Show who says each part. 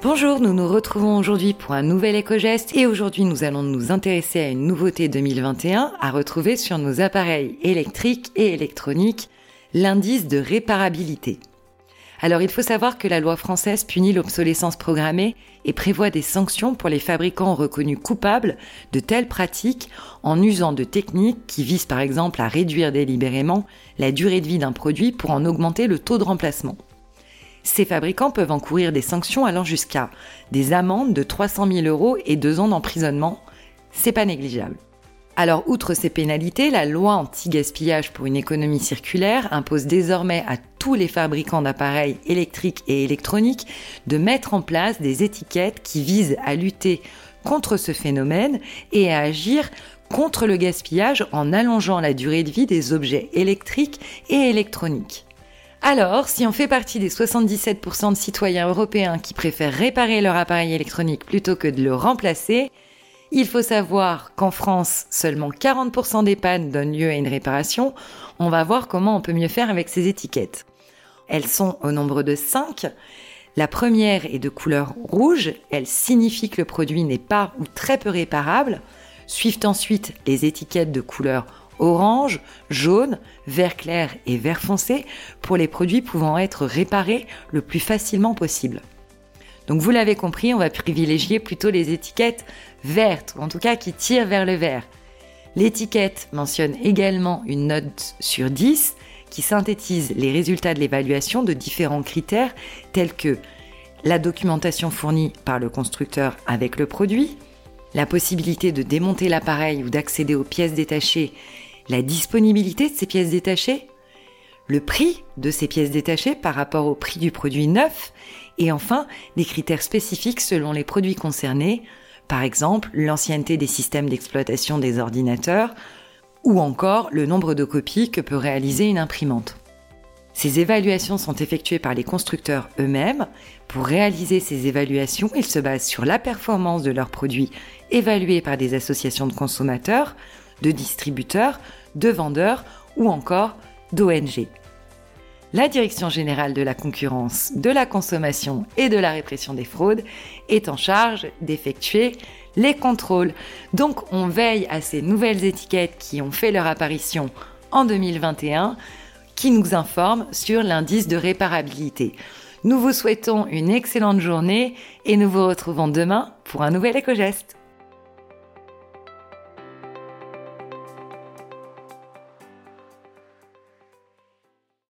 Speaker 1: Bonjour, nous nous retrouvons aujourd'hui pour un nouvel éco-geste et aujourd'hui nous allons nous intéresser à une nouveauté 2021 à retrouver sur nos appareils électriques et électroniques, l'indice de réparabilité. Alors il faut savoir que la loi française punit l'obsolescence programmée et prévoit des sanctions pour les fabricants reconnus coupables de telles pratiques en usant de techniques qui visent par exemple à réduire délibérément la durée de vie d'un produit pour en augmenter le taux de remplacement. Ces fabricants peuvent encourir des sanctions allant jusqu'à des amendes de 300 000 € et 2 ans d'emprisonnement. C'est pas négligeable. Alors, outre ces pénalités, la loi anti-gaspillage pour une économie circulaire impose désormais à tous les fabricants d'appareils électriques et électroniques de mettre en place des étiquettes qui visent à lutter contre ce phénomène et à agir contre le gaspillage en allongeant la durée de vie des objets électriques et électroniques. Alors, si on fait partie des 77% de citoyens européens qui préfèrent réparer leur appareil électronique plutôt que de le remplacer, il faut savoir qu'en France, seulement 40% des pannes donnent lieu à une réparation. On va voir comment on peut mieux faire avec ces étiquettes. Elles sont au nombre de 5. La première est de couleur rouge. Elle signifie que le produit n'est pas ou très peu réparable. Suivent ensuite les étiquettes de couleur orange, jaune, vert clair et vert foncé pour les produits pouvant être réparés le plus facilement possible. Donc vous l'avez compris, on va privilégier plutôt les étiquettes vertes, ou en tout cas qui tirent vers le vert. L'étiquette mentionne également une note sur 10 qui synthétise les résultats de l'évaluation de différents critères tels que la documentation fournie par le constructeur avec le produit, la possibilité de démonter l'appareil ou d'accéder aux pièces détachées, la disponibilité de ces pièces détachées, le prix de ces pièces détachées par rapport au prix du produit neuf, et enfin des critères spécifiques selon les produits concernés, par exemple l'ancienneté des systèmes d'exploitation des ordinateurs, ou encore le nombre de copies que peut réaliser une imprimante. Ces évaluations sont effectuées par les constructeurs eux-mêmes. Pour réaliser ces évaluations, ils se basent sur la performance de leurs produits évalués par des associations de consommateurs, de distributeurs, de vendeurs ou encore d'ONG. La Direction générale de la concurrence, de la consommation et de la répression des fraudes est en charge d'effectuer les contrôles. Donc on veille à ces nouvelles étiquettes qui ont fait leur apparition en 2021, qui nous informent sur l'indice de réparabilité. Nous vous souhaitons une excellente journée et nous vous retrouvons demain pour un nouvel éco-geste.